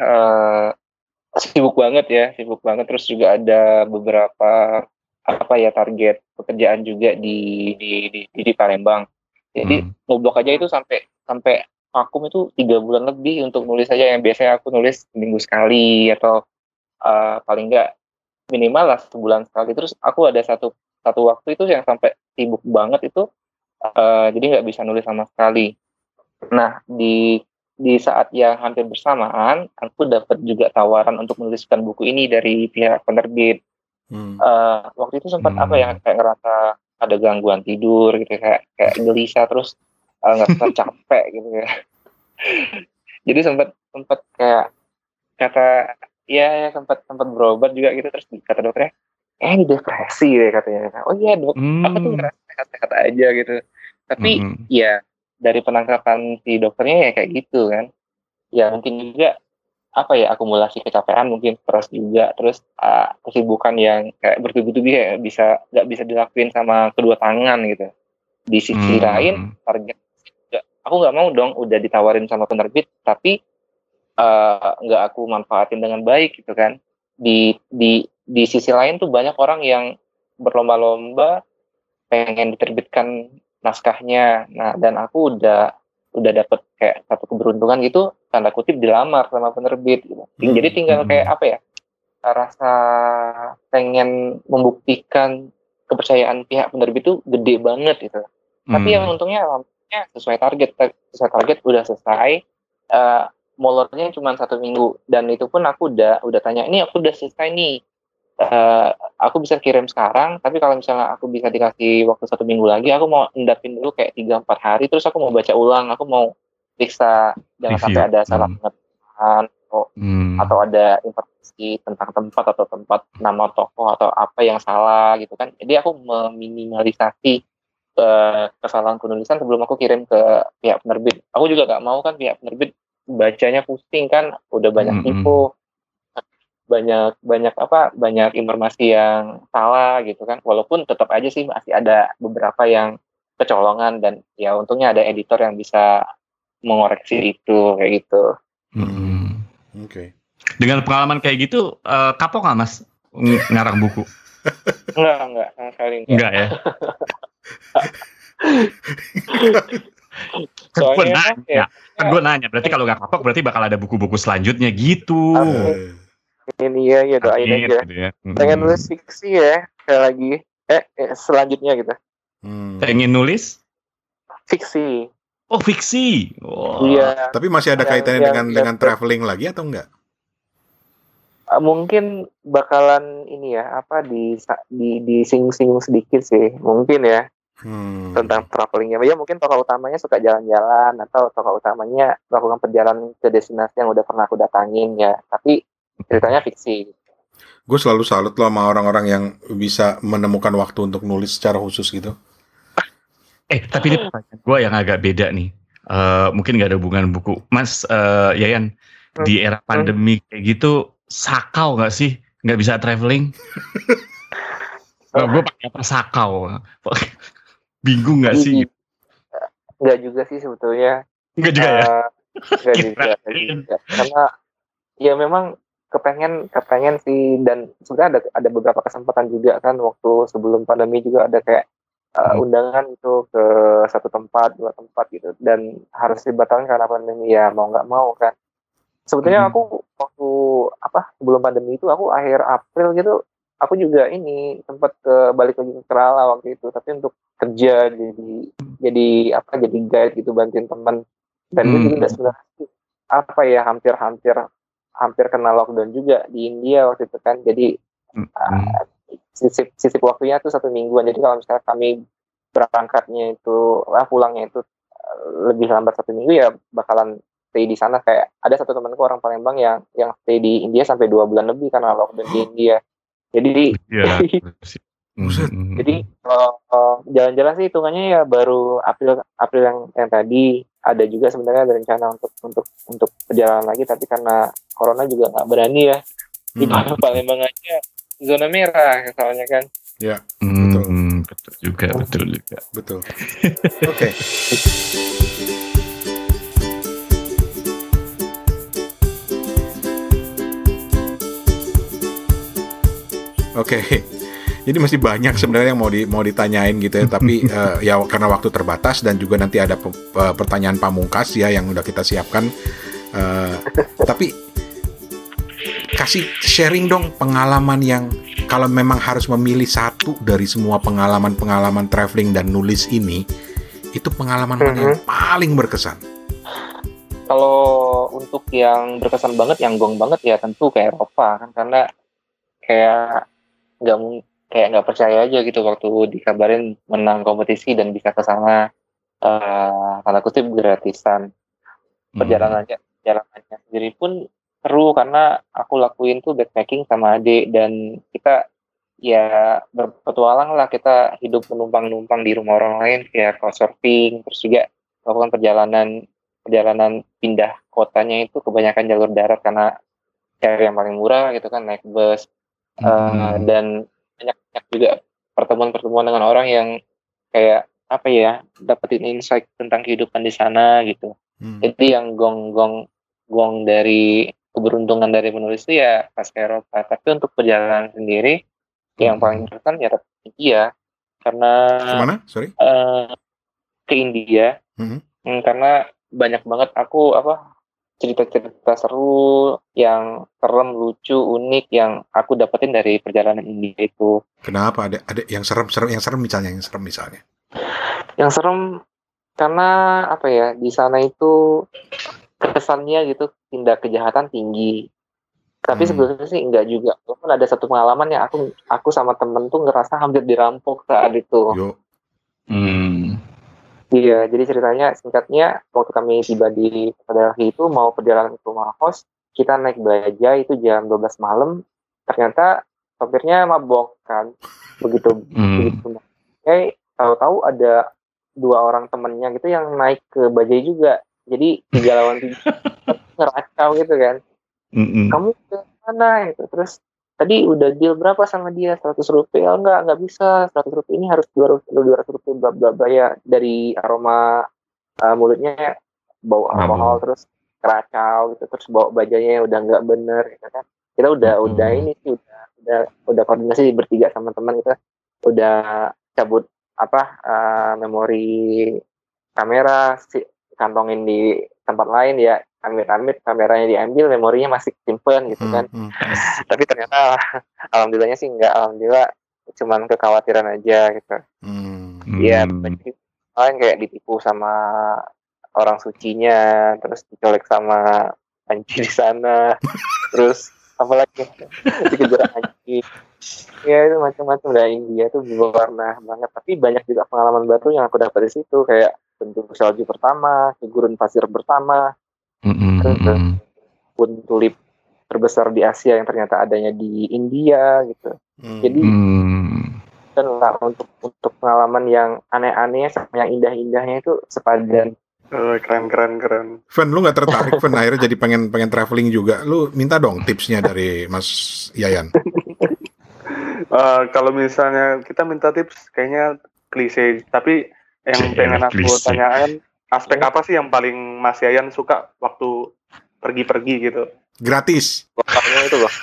[SPEAKER 3] sibuk banget. Terus juga ada beberapa target pekerjaan juga di Palembang. Jadi ngoblok aja itu sampai vakum itu 3 bulan lebih untuk nulis aja, yang biasanya aku nulis seminggu sekali atau paling enggak minimal lah sebulan sekali. Terus aku ada satu waktu itu yang sampai sibuk banget itu, jadi nggak bisa nulis sama sekali. Nah di saat yang hampir bersamaan, aku dapat juga tawaran untuk menuliskan buku ini dari pihak penerbit. Waktu itu sempat kayak ngerasa ada gangguan tidur gitu, kayak gelisah, terus nggak capek gitu ya. Jadi sempat kayak sempat berobat juga gitu, terus kata dokternya ini depresi deh katanya. Oh iya dok, aku tuh ngerasa sehat-sehat aja gitu. Tapi ya dari penangkapan si dokternya ya kayak gitu kan. Ya mungkin juga akumulasi kecapean, mungkin stres juga, terus kesibukan yang kayak bertubi-tubi kayak nggak bisa dilakuin sama kedua tangan gitu. Di sisi lain target aku nggak mau dong udah ditawarin sama penerbit tapi nggak aku manfaatin dengan baik gitu kan. Di sisi lain tuh banyak orang yang berlomba-lomba pengen diterbitkan naskahnya. Nah, dan aku udah dapet kayak satu keberuntungan gitu, tanda kutip dilamar sama penerbit gitu. Jadi tinggal kayak rasa pengen membuktikan kepercayaan pihak penerbit itu gede banget gitu. Tapi yang untungnya sesuai target udah selesai. Molornya cuma 1 minggu, dan itu pun aku udah tanya, ini aku udah selesai nih, aku bisa kirim sekarang, tapi kalau misalnya aku bisa dikasih waktu 1 minggu lagi, aku mau endapin dulu kayak 3-4 hari, terus aku mau baca ulang, aku mau periksa jangan sampai ada salah pengetahuan atau ada informasi tentang tempat atau nama tokoh atau apa yang salah gitu kan. Jadi aku meminimalisasi kesalahan penulisan sebelum aku kirim ke pihak penerbit. Aku juga nggak mau kan pihak penerbit bacanya pusing kan, udah banyak info, banyak informasi yang salah gitu kan. Walaupun tetap aja sih masih ada beberapa yang kecolongan dan ya untungnya ada editor yang bisa mengoreksi itu kayak gitu.
[SPEAKER 2] Oke.
[SPEAKER 4] Dengan pengalaman kayak gitu, kapok nggak Mas ngarang buku?
[SPEAKER 3] Enggak, sama sekali
[SPEAKER 4] Enggak ya.
[SPEAKER 3] Soalnya
[SPEAKER 4] gue nanya, berarti kalau nggak kapok berarti bakal ada buku-buku selanjutnya gitu.
[SPEAKER 3] Ini ya doain aja.
[SPEAKER 4] Gitu ya.
[SPEAKER 3] Pengen nulis fiksi ya, kayak lagi. Selanjutnya gitu.
[SPEAKER 4] Pengen nulis?
[SPEAKER 3] Fiksi.
[SPEAKER 4] Oh fiksi.
[SPEAKER 3] Iya.
[SPEAKER 2] Tapi masih ada kaitannya dengan traveling lagi atau enggak?
[SPEAKER 3] Mungkin bakalan ini ya di sing-sing sedikit sih, mungkin ya. Tentang travelingnya, ya mungkin tokoh utamanya suka jalan-jalan atau tokoh utamanya melakukan perjalanan ke destinasi yang udah pernah aku datangin ya, tapi ceritanya fiksi.
[SPEAKER 2] Gue selalu salut loh sama orang-orang yang bisa menemukan waktu untuk nulis secara khusus gitu.
[SPEAKER 4] Tapi ini pertanyaan gue yang agak beda nih, mungkin nggak ada hubungan buku, Mas Yayan, di era pandemi kayak gitu sakau nggak sih, nggak bisa traveling? Gue pakai apa sakau? Bingung nggak sih?
[SPEAKER 3] Nggak juga sih sebetulnya.
[SPEAKER 4] Nggak juga ya?
[SPEAKER 3] Nggak juga. Karena ya memang kepengen sih, dan sebenarnya ada beberapa kesempatan juga kan waktu sebelum pandemi juga ada kayak undangan itu ke satu tempat, 2 tempat gitu, dan harus dibatalkan karena pandemi ya mau nggak mau kan. Sebetulnya aku waktu sebelum pandemi itu aku akhir April gitu aku juga ini sempat balik lagi ke Kerala waktu itu, tapi untuk kerja jadi guide gitu, bantuin teman. Dan itu juga sebenarnya hampir kena lockdown juga di India waktu itu kan. Jadi sisip waktunya tuh 1 mingguan. Jadi kalau misalnya kami berangkatnya itu pulangnya itu lebih lambat 1 minggu ya bakalan stay di sana. Kayak ada satu temanku orang Palembang yang stay di India sampai 2 bulan lebih karena lockdown di India. Jadi jadi jalan-jalan sih hitungannya ya baru April yang tadi. Ada juga sebenarnya ada rencana untuk perjalanan lagi, tapi karena corona juga nggak berani ya. Di Palembang aja zona merah soalnya kan.
[SPEAKER 2] Ya,
[SPEAKER 4] betul juga.
[SPEAKER 2] Betul. Oke. Oke, jadi masih banyak sebenarnya yang mau ditanyain gitu ya, tapi ya karena waktu terbatas dan juga nanti ada pertanyaan pamungkas ya yang udah kita siapkan. Tapi kasih sharing dong pengalaman yang kalau memang harus memilih satu dari semua pengalaman traveling dan nulis ini, itu pengalaman mana yang paling berkesan?
[SPEAKER 3] Kalau untuk yang berkesan banget, yang gong banget ya tentu kayak Eropa kan, karena kayak nggak percaya aja gitu waktu dikabarin menang kompetisi dan bisa ke sana, tanda kutip gratisan. Perjalanannya sendiri pun seru karena aku lakuin tuh backpacking sama adik, dan kita ya berpetualang lah, kita hidup menumpang di rumah orang lain kayak couchsurfing, terus juga melakukan perjalanan pindah kotanya itu kebanyakan jalur darat karena cari yang paling murah gitu kan, naik bus. Dan banyak juga pertemuan dengan orang yang kayak dapetin insight tentang kehidupan di sana gitu. Jadi yang gong dari keberuntungan dari menulis itu ya pas ke Eropa. Tapi untuk perjalanan sendiri yang paling berkesan ya India, karena
[SPEAKER 2] kemana? Sorry?
[SPEAKER 3] Ke India. Karena banyak banget aku cerita-cerita seru, yang serem, lucu, unik yang aku dapetin dari perjalanan India itu.
[SPEAKER 2] Kenapa ada yang serem misalnya? Yang
[SPEAKER 3] serem karena di sana itu kesannya gitu tindak kejahatan tinggi. Tapi sebenarnya sih enggak juga. Walaupun ada satu pengalaman yang aku sama temen tuh ngerasa hampir dirampok saat itu. Iya, jadi ceritanya singkatnya waktu kami tiba di Delhi itu mau perjalanan ke rumah host, kita naik bajai itu jam 12 malam, ternyata sopirnya mabok kan, begitu tahu-tahu ada 2 orang temennya gitu yang naik ke bajai juga. Jadi 3 lawan 3 ngeracau gitu kan. Kamu ke mana gitu. Terus tadi udah deal berapa sama dia, 100 rupiah. Enggak bisa, 100 rupiah ini harus 200 rupiah bla bla bla ya. Dari aroma mulutnya bau alkohol, terus keracau gitu, terus bawa bajanya udah nggak bener gitu kan. Kita udah ini sih udah koordinasi bertiga sama teman, kita udah cabut memori kamera, kantongin di tempat lain ya, amit-amit kameranya diambil, memorinya masih simpen gitu kan. Tapi ternyata alhamdulillahnya sih enggak, alhamdulillah cuman kekhawatiran aja gitu. Ya lain kayak ditipu sama orang sucinya, terus dicolek sama anjing di sana, terus apa lagi dikejar anjing. Ya itu macam-macam dari India tuh berwarna banget. Tapi banyak juga pengalaman baru yang aku dapat di situ, kayak bentuk salju pertama, ke gurun pasir pertama, pun tulip terbesar di Asia yang ternyata adanya di India gitu. Jadi kan lah untuk pengalaman yang aneh-aneh sama yang indah-indahnya itu sepadan.
[SPEAKER 1] Keren.
[SPEAKER 2] Fen, lu nggak tertarik, Fen, akhirnya jadi pengen traveling juga. Lu minta dong tipsnya dari Mas Yayan.
[SPEAKER 1] Kalau misalnya kita minta tips, kayaknya klise. Tapi yang pengen aku tanyakan, aspek apa sih yang paling Mas Yayan suka waktu pergi-pergi gitu?
[SPEAKER 2] Gratis.
[SPEAKER 3] Lokalnya itu loh.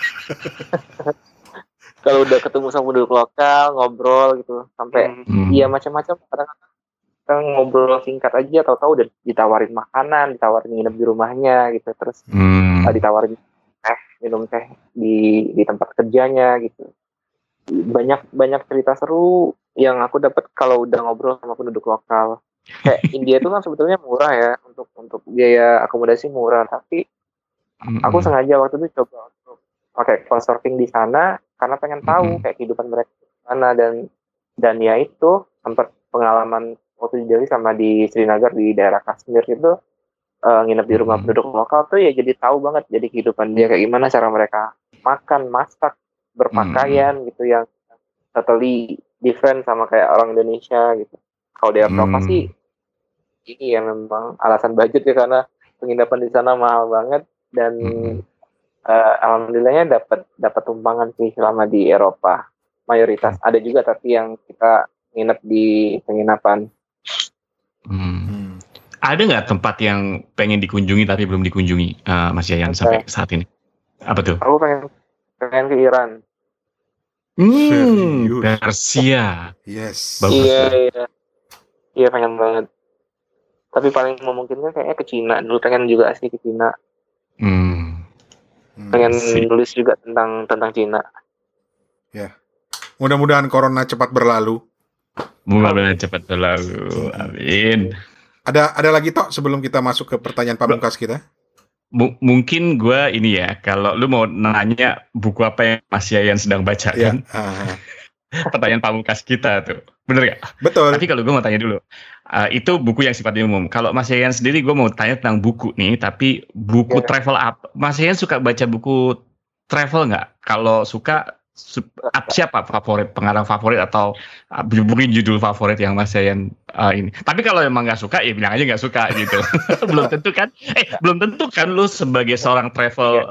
[SPEAKER 3] Kalau udah ketemu sama penduduk lokal, ngobrol gitu, sampai iya macam-macam. Kadang-kadang kita ngobrol singkat aja, tahu-tahu udah ditawarin makanan, ditawarin nginep di rumahnya gitu, terus ditawarin minum teh di tempat kerjanya gitu. Banyak cerita seru yang aku dapat kalau udah ngobrol sama penduduk lokal. Kayak India itu kan sebetulnya murah ya, untuk biaya akomodasi murah, tapi aku sengaja waktu itu coba untuk pakai couchsurfing di sana karena pengen tahu kayak kehidupan mereka di sana, dan ya itu sempat pengalaman waktu di Delhi sama di Srinagar di daerah Kashmir itu, nginep di rumah penduduk lokal tuh ya jadi tahu banget jadi kehidupan dia kayak gimana, cara mereka makan, masak, berpakaian gitu, yang totally different sama kayak orang Indonesia gitu. Kalau di Eropa sih ini ya memang alasan budget ya, karena penginapan di sana mahal banget, dan alhamdulillahnya dapat tumpangan sih selama di Eropa mayoritas. Ada juga tapi yang kita nginep di penginapan.
[SPEAKER 4] Ada nggak tempat yang pengen dikunjungi tapi belum dikunjungi, Mas Yayan sampai saat ini? Apa tuh?
[SPEAKER 3] Aku pengen ke Iran.
[SPEAKER 4] Persia.
[SPEAKER 2] Yes.
[SPEAKER 4] Bagus.
[SPEAKER 3] Iya pengen banget. Tapi paling memungkinkan kayaknya ke Cina dulu, pengen juga asli ke Cina. Pengen nulis juga tentang Cina.
[SPEAKER 2] Ya. Mudah-mudahan corona cepat berlalu.
[SPEAKER 4] Mudah-mudahan cepat berlalu. Amin.
[SPEAKER 2] Ada lagi Tok sebelum kita masuk ke pertanyaan pamungkas kita?
[SPEAKER 4] Mungkin gue ini ya, kalau lu mau nanya buku apa yang Mas Yayan sedang baca kan? Pertanyaan pamungkas kita tuh, bener gak?
[SPEAKER 2] Betul.
[SPEAKER 4] Tapi kalau gue mau tanya dulu, itu buku yang sifatnya umum. Kalau Mas Yayan sendiri, gue mau tanya tentang buku nih, tapi buku travel apa? Mas Yayan suka baca buku travel nggak? Kalau suka, siapa pengarang favorit atau mungkin judul favorit yang Mas Yayan ini? Tapi kalau emang nggak suka, ya bilang aja nggak suka gitu. Belum tentu kan? Belum tentu kan lu sebagai seorang travel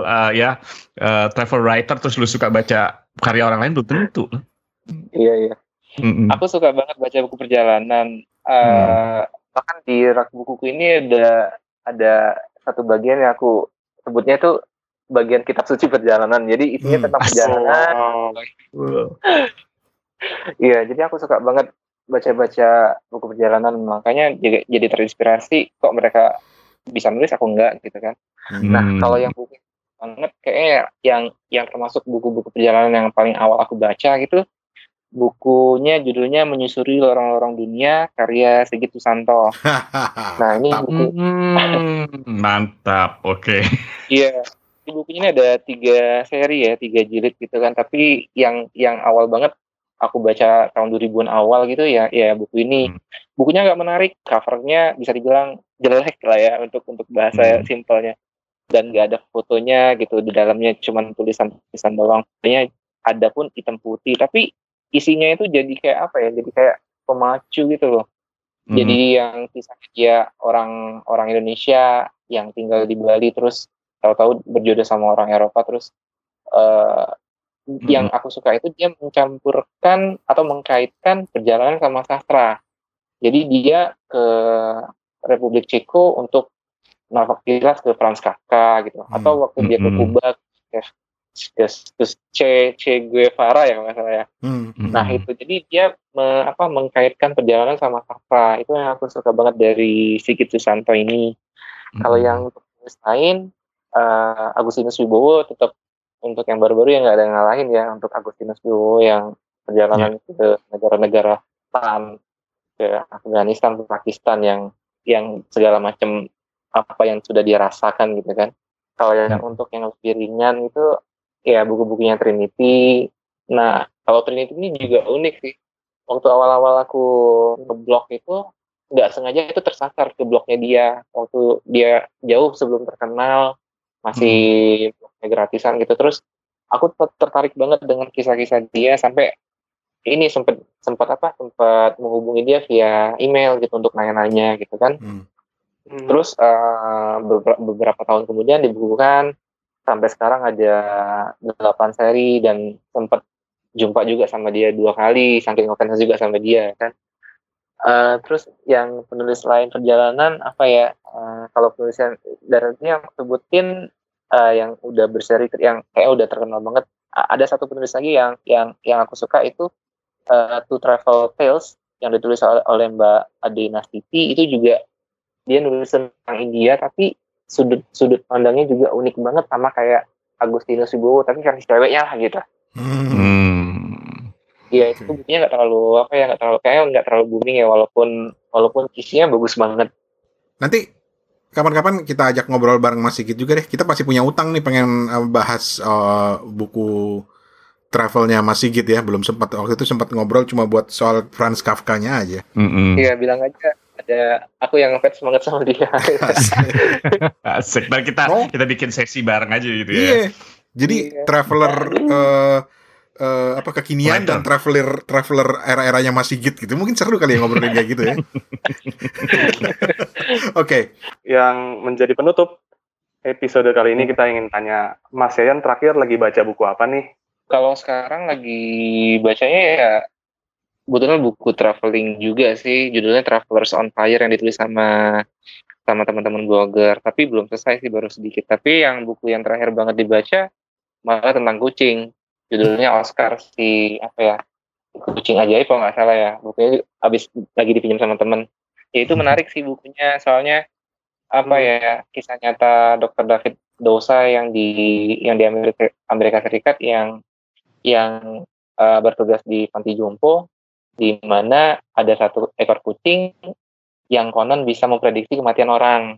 [SPEAKER 4] writer terus lu suka baca karya orang lain, belum tentu.
[SPEAKER 3] Iya. Aku suka banget baca buku perjalanan. Bahkan di rak bukuku ini ada satu bagian yang aku sebutnya tuh bagian kitab suci perjalanan. Jadi isinya tentang perjalanan. Iya, jadi aku suka banget baca-baca buku perjalanan. Makanya jadi terinspirasi, kok mereka bisa nulis aku enggak gitu kan. Nah, kalau yang buku banget kayaknya yang termasuk buku-buku perjalanan yang paling awal aku baca gitu, bukunya judulnya Menyusuri Lorong-Lorong Dunia karya Sigit Susanto. Nah, ini buku
[SPEAKER 4] mantap. Oke.
[SPEAKER 3] Iya. Di bukunya ini ada 3 seri ya, 3 jilid gitu kan. Tapi yang awal banget aku baca tahun 2000-an awal gitu ya buku ini. Bukunya nggak menarik, covernya bisa dibilang jelek lah ya untuk bahasa simpelnya. Dan nggak ada fotonya gitu, di dalamnya cuma tulisan doang. Pokoknya ada pun hitam putih, tapi isinya itu jadi kayak apa ya? Jadi kayak pemacu gitu loh. Jadi yang kisahnya dia orang Indonesia yang tinggal di Bali terus tahu-tahu berjodoh sama orang Eropa terus yang aku suka itu dia mencampurkan atau mengkaitkan perjalanan sama sastra. Jadi dia ke Republik Ceko untuk nafaktiras ke Franz Kafka gitu, atau waktu dia ke Kuba ke Che Guevara ya kalau nggak salah ya. Nah itu jadi dia mengkaitkan perjalanan sama sastra. Itu yang aku suka banget dari Sigit Susanto ini. Kalau yang untuk penulis lain, Agustinus Wibowo tetap untuk yang baru-baru yang nggak ada yang ngalahin ya untuk Agustinus Wibowo yang perjalanan ke negara-negara PAN, ke Afghanistan, ke Pakistan yang segala macam apa yang sudah dia rasakan gitu kan. Kalau yang untuk yang lebih ringan itu ya buku-bukunya Trinity. Nah kalau Trinity ini juga unik sih. Waktu awal-awal aku ngeblog itu nggak sengaja itu tersasar ke blognya dia waktu dia jauh sebelum terkenal, masih blognya gratisan gitu. Terus aku tertarik banget dengan kisah-kisah dia sampai ini sempat menghubungi dia via email gitu untuk nanya-nanya gitu kan. Terus beberapa tahun kemudian dibukukan sampai sekarang ada 8 seri dan sempat jumpa juga sama dia 2 kali saking ngefans juga sama dia kan. Terus yang penulis lain perjalanan apa ya, kalau penulisan dari ini yang aku sebutin yang udah berseri yang kayak udah terkenal banget, ada satu penulis lagi yang aku suka itu To Travel Tales yang ditulis oleh Mbak Ade Nastiti. Itu juga dia nulis tentang India tapi sudut pandangnya juga unik banget sama kayak Agustinus Wibowo tapi versi ceweknya lah gitu. Iya itu bukunya nggak terlalu booming ya walaupun isinya bagus banget.
[SPEAKER 2] Nanti kapan-kapan kita ajak ngobrol bareng Mas Sigit juga deh. Kita pasti punya utang nih pengen bahas buku travelnya Mas Sigit ya. Belum sempat waktu itu sempat ngobrol cuma buat soal Franz Kafkanya aja.
[SPEAKER 3] Iya bilang aja ada aku yang ngefans banget sama dia.
[SPEAKER 4] Asik. Nah, kita bikin sesi bareng aja gitu ya.
[SPEAKER 2] Iya. Jadi traveler kekinian dan traveler era-eranya Mas Sigit gitu. Mungkin seru kali ya ngobrolin kayak gitu ya. Oke.
[SPEAKER 1] Yang menjadi penutup episode kali ini kita ingin tanya Mas Yayan terakhir lagi baca buku apa nih?
[SPEAKER 3] Kalau sekarang lagi bacanya ya kebetulan buku traveling juga sih, judulnya Travelers on Fire yang ditulis sama teman-teman blogger, tapi belum selesai sih, baru sedikit. Tapi yang buku yang terakhir banget dibaca malah tentang kucing, judulnya Oscar kucing ajaib kalau nggak salah ya, bukunya habis lagi dipinjam sama temen. Ya itu menarik sih bukunya, soalnya kisah nyata Dr. David Dosa yang di Amerika Serikat yang bertugas di panti jompo, di mana ada satu ekor kucing yang konon bisa memprediksi kematian orang.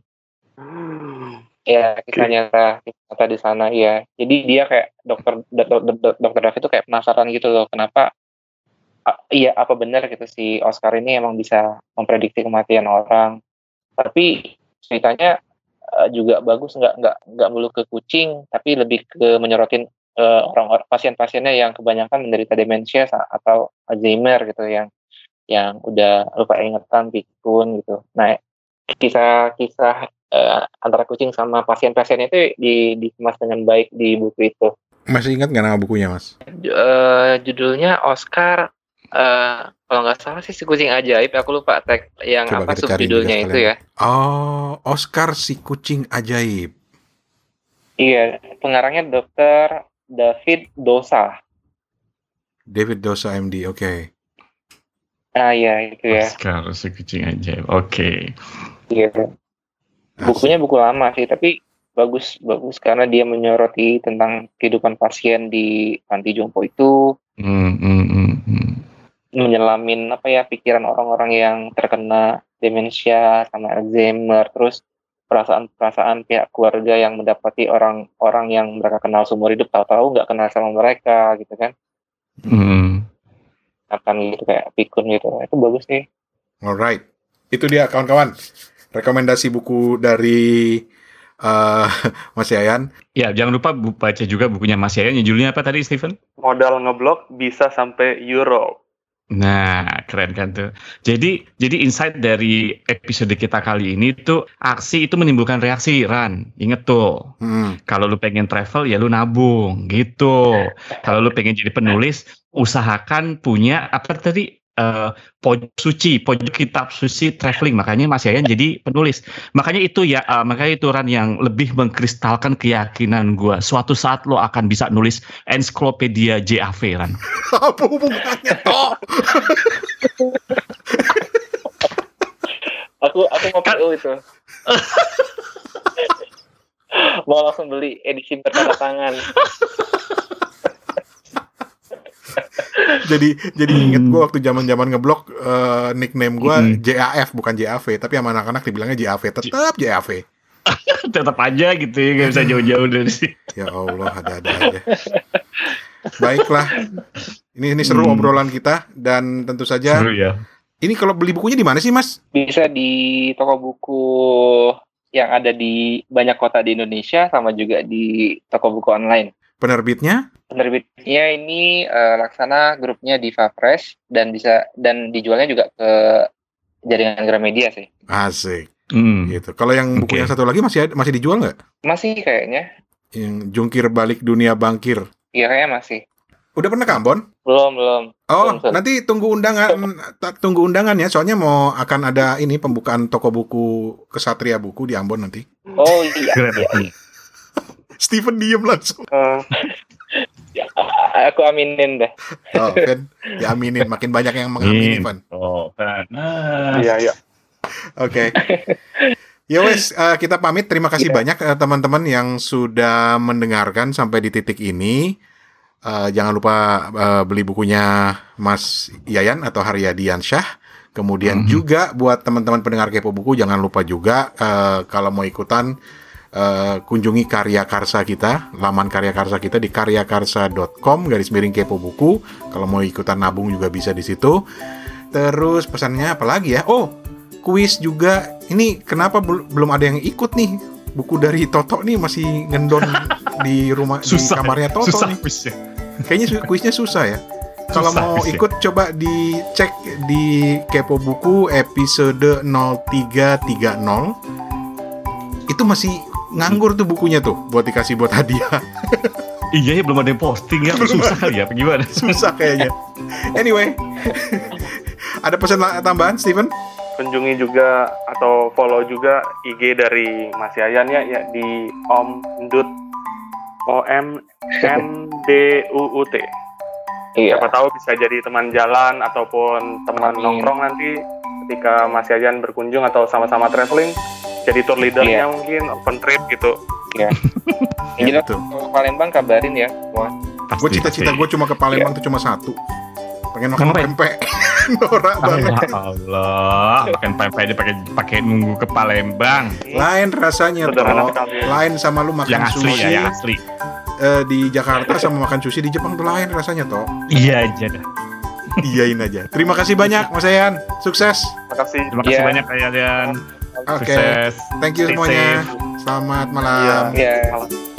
[SPEAKER 3] Ya kisah nyata di sana ya. Jadi dia kayak dokter David itu kayak penasaran gitu loh, kenapa apa benar gitu si Oscar ini emang bisa memprediksi kematian orang. Tapi ceritanya juga bagus, nggak melulu ke kucing, tapi lebih ke menyorotin orang-orang pasien-pasiennya yang kebanyakan menderita demensia atau Alzheimer gitu, yang udah lupa ingatan, pikun gitu. Nah kisah antara kucing sama pasien-pasiennya itu dikemas dengan baik di buku itu.
[SPEAKER 2] Masih ingat nggak nama bukunya Mas?
[SPEAKER 3] Judulnya Oscar. Kalau nggak salah sih Si Kucing Ajaib. Aku lupa tag yang
[SPEAKER 2] coba
[SPEAKER 3] apa subjudulnya itu ya.
[SPEAKER 2] Oh, Oscar Si Kucing Ajaib.
[SPEAKER 3] Iya, pengarangnya Dr. David Dosa.
[SPEAKER 2] David Dosa MD, oke.
[SPEAKER 3] Iya itu ya.
[SPEAKER 4] Oscar Si Kucing Ajaib, oke.
[SPEAKER 3] Iya. Bukunya buku lama sih, tapi bagus karena dia menyoroti tentang kehidupan pasien di panti jompo itu. Menyelamin pikiran orang-orang yang terkena demensia sama Alzheimer, terus perasaan pihak keluarga yang mendapati orang-orang yang mereka kenal seumur hidup tahu-tahu nggak kenal sama mereka gitu kan. Akan gitu kayak pikun gitu. Itu bagus nih.
[SPEAKER 2] Alright. Itu dia kawan-kawan. Rekomendasi buku dari Mas Yayan.
[SPEAKER 4] Ya, jangan lupa baca juga bukunya Mas Yayan. Judulnya apa tadi, Steven?
[SPEAKER 1] Modal ngeblog bisa sampai Euro.
[SPEAKER 4] Nah, keren kan tuh. Jadi insight dari episode kita kali ini tuh aksi itu menimbulkan reaksi, Ran. Ingat tuh. Kalau lu pengen travel ya lu nabung gitu. Kalau lu pengen jadi penulis, usahakan punya apa tadi pojok kitab suci traveling. Makanya Mas Yayan jadi penulis. Makanya itu Ran yang lebih mengkristalkan keyakinan gua. Suatu saat lo akan bisa nulis ensiklopedia JAV, Ran.
[SPEAKER 2] Apa hubungannya toh?
[SPEAKER 3] Aku mau PO itu. Mau langsung beli edisi bertanda tangan.
[SPEAKER 2] jadi inget gue waktu zaman ngeblog, nickname gue JAF bukan JAV, tapi sama anak-anak dibilangnya JAV, tetap JAV.
[SPEAKER 4] Tetap aja gitu ya, nggak bisa jauh-jauh dari sini.
[SPEAKER 2] Ya Allah, ada-ada aja. Baiklah, ini seru obrolan kita, dan tentu saja.
[SPEAKER 4] Seru ya.
[SPEAKER 2] Ini kalau beli bukunya di mana sih, Mas?
[SPEAKER 3] Bisa di toko buku yang ada di banyak kota di Indonesia, sama juga di toko buku online.
[SPEAKER 2] Penerbitnya
[SPEAKER 3] ini Laksana, grupnya Diva Press, dan dijualnya juga ke jaringan Gramedia sih.
[SPEAKER 2] Asik. Gitu. Kalau yang buku yang satu lagi masih dijual nggak?
[SPEAKER 3] Masih kayaknya.
[SPEAKER 2] Yang Jungkir Balik Dunia Bangkir.
[SPEAKER 3] Iya, kayaknya masih.
[SPEAKER 2] Udah pernah ke Ambon?
[SPEAKER 3] Belum.
[SPEAKER 2] Oh, nanti tunggu undangan ya. Soalnya akan ada ini pembukaan toko buku Kesatria Buku di Ambon nanti.
[SPEAKER 3] Oh iya.
[SPEAKER 2] Steven diem langsung.
[SPEAKER 3] Ya, aku aminin deh.
[SPEAKER 2] Oh, kan? Ya aminin. Makin banyak yang mengamini, Van.
[SPEAKER 4] Oh, kan.
[SPEAKER 1] Iya.
[SPEAKER 2] Oke. Ya wes, kita pamit. Terima kasih banyak teman-teman yang sudah mendengarkan sampai di titik ini. Jangan lupa beli bukunya Mas Yayan atau Haryadiansyah. Kemudian juga buat teman-teman pendengar Kepo Buku, jangan lupa juga kalau mau ikutan kunjungi Karya Karsa kita, laman Karya Karsa kita di karyakarsa.com/kepo buku. Kalau mau ikutan nabung juga bisa di situ. Terus pesannya apa lagi ya? Oh, kuis juga. Ini kenapa belum ada yang ikut nih? Buku dari Toto nih masih ngendon di rumah susah, di kamarnya Toto susah nih. Kuisnya. Kayaknya kuisnya susah ya. Kalau mau ikut coba dicek di Kepo Buku episode 0330. Itu masih nganggur tuh bukunya tuh buat dikasih buat hadiah.
[SPEAKER 4] Iya ya, belum ada yang posting ya. Susah kali ya, gimana?
[SPEAKER 2] Susah kayaknya. Anyway, ada pesan tambahan, Steven?
[SPEAKER 1] Kunjungi juga atau follow juga IG dari Mas Yayan ya di Omndut. OMNDUUT.
[SPEAKER 3] Iya.
[SPEAKER 1] Siapa tahu bisa jadi teman jalan ataupun teman nongkrong nanti ketika Mas Yayan berkunjung atau sama-sama traveling. Jadi tour leadernya mungkin open trip gitu.
[SPEAKER 3] Iya. Yang jelas kalau Palembang kabarin ya semua.
[SPEAKER 2] Gue cita-cita gue cuma ke Palembang tuh cuma satu. Pengen makan pempek. Norak banget.
[SPEAKER 4] Allah, makan pempek aja pakai nunggu ke Palembang.
[SPEAKER 2] Lain rasanya toh. Lain sama lu makan
[SPEAKER 4] yang asli
[SPEAKER 2] sushi.
[SPEAKER 4] Yang asli.
[SPEAKER 2] Di Jakarta sama makan sushi di Jepang tuh lain rasanya toh.
[SPEAKER 4] Iya aja dah.
[SPEAKER 2] Iyain aja. Terima kasih banyak Mas Yayan. Sukses.
[SPEAKER 1] Terima kasih
[SPEAKER 4] banyak Yayan.
[SPEAKER 2] Oke. Thank you semuanya. Selamat malam.
[SPEAKER 3] Iya.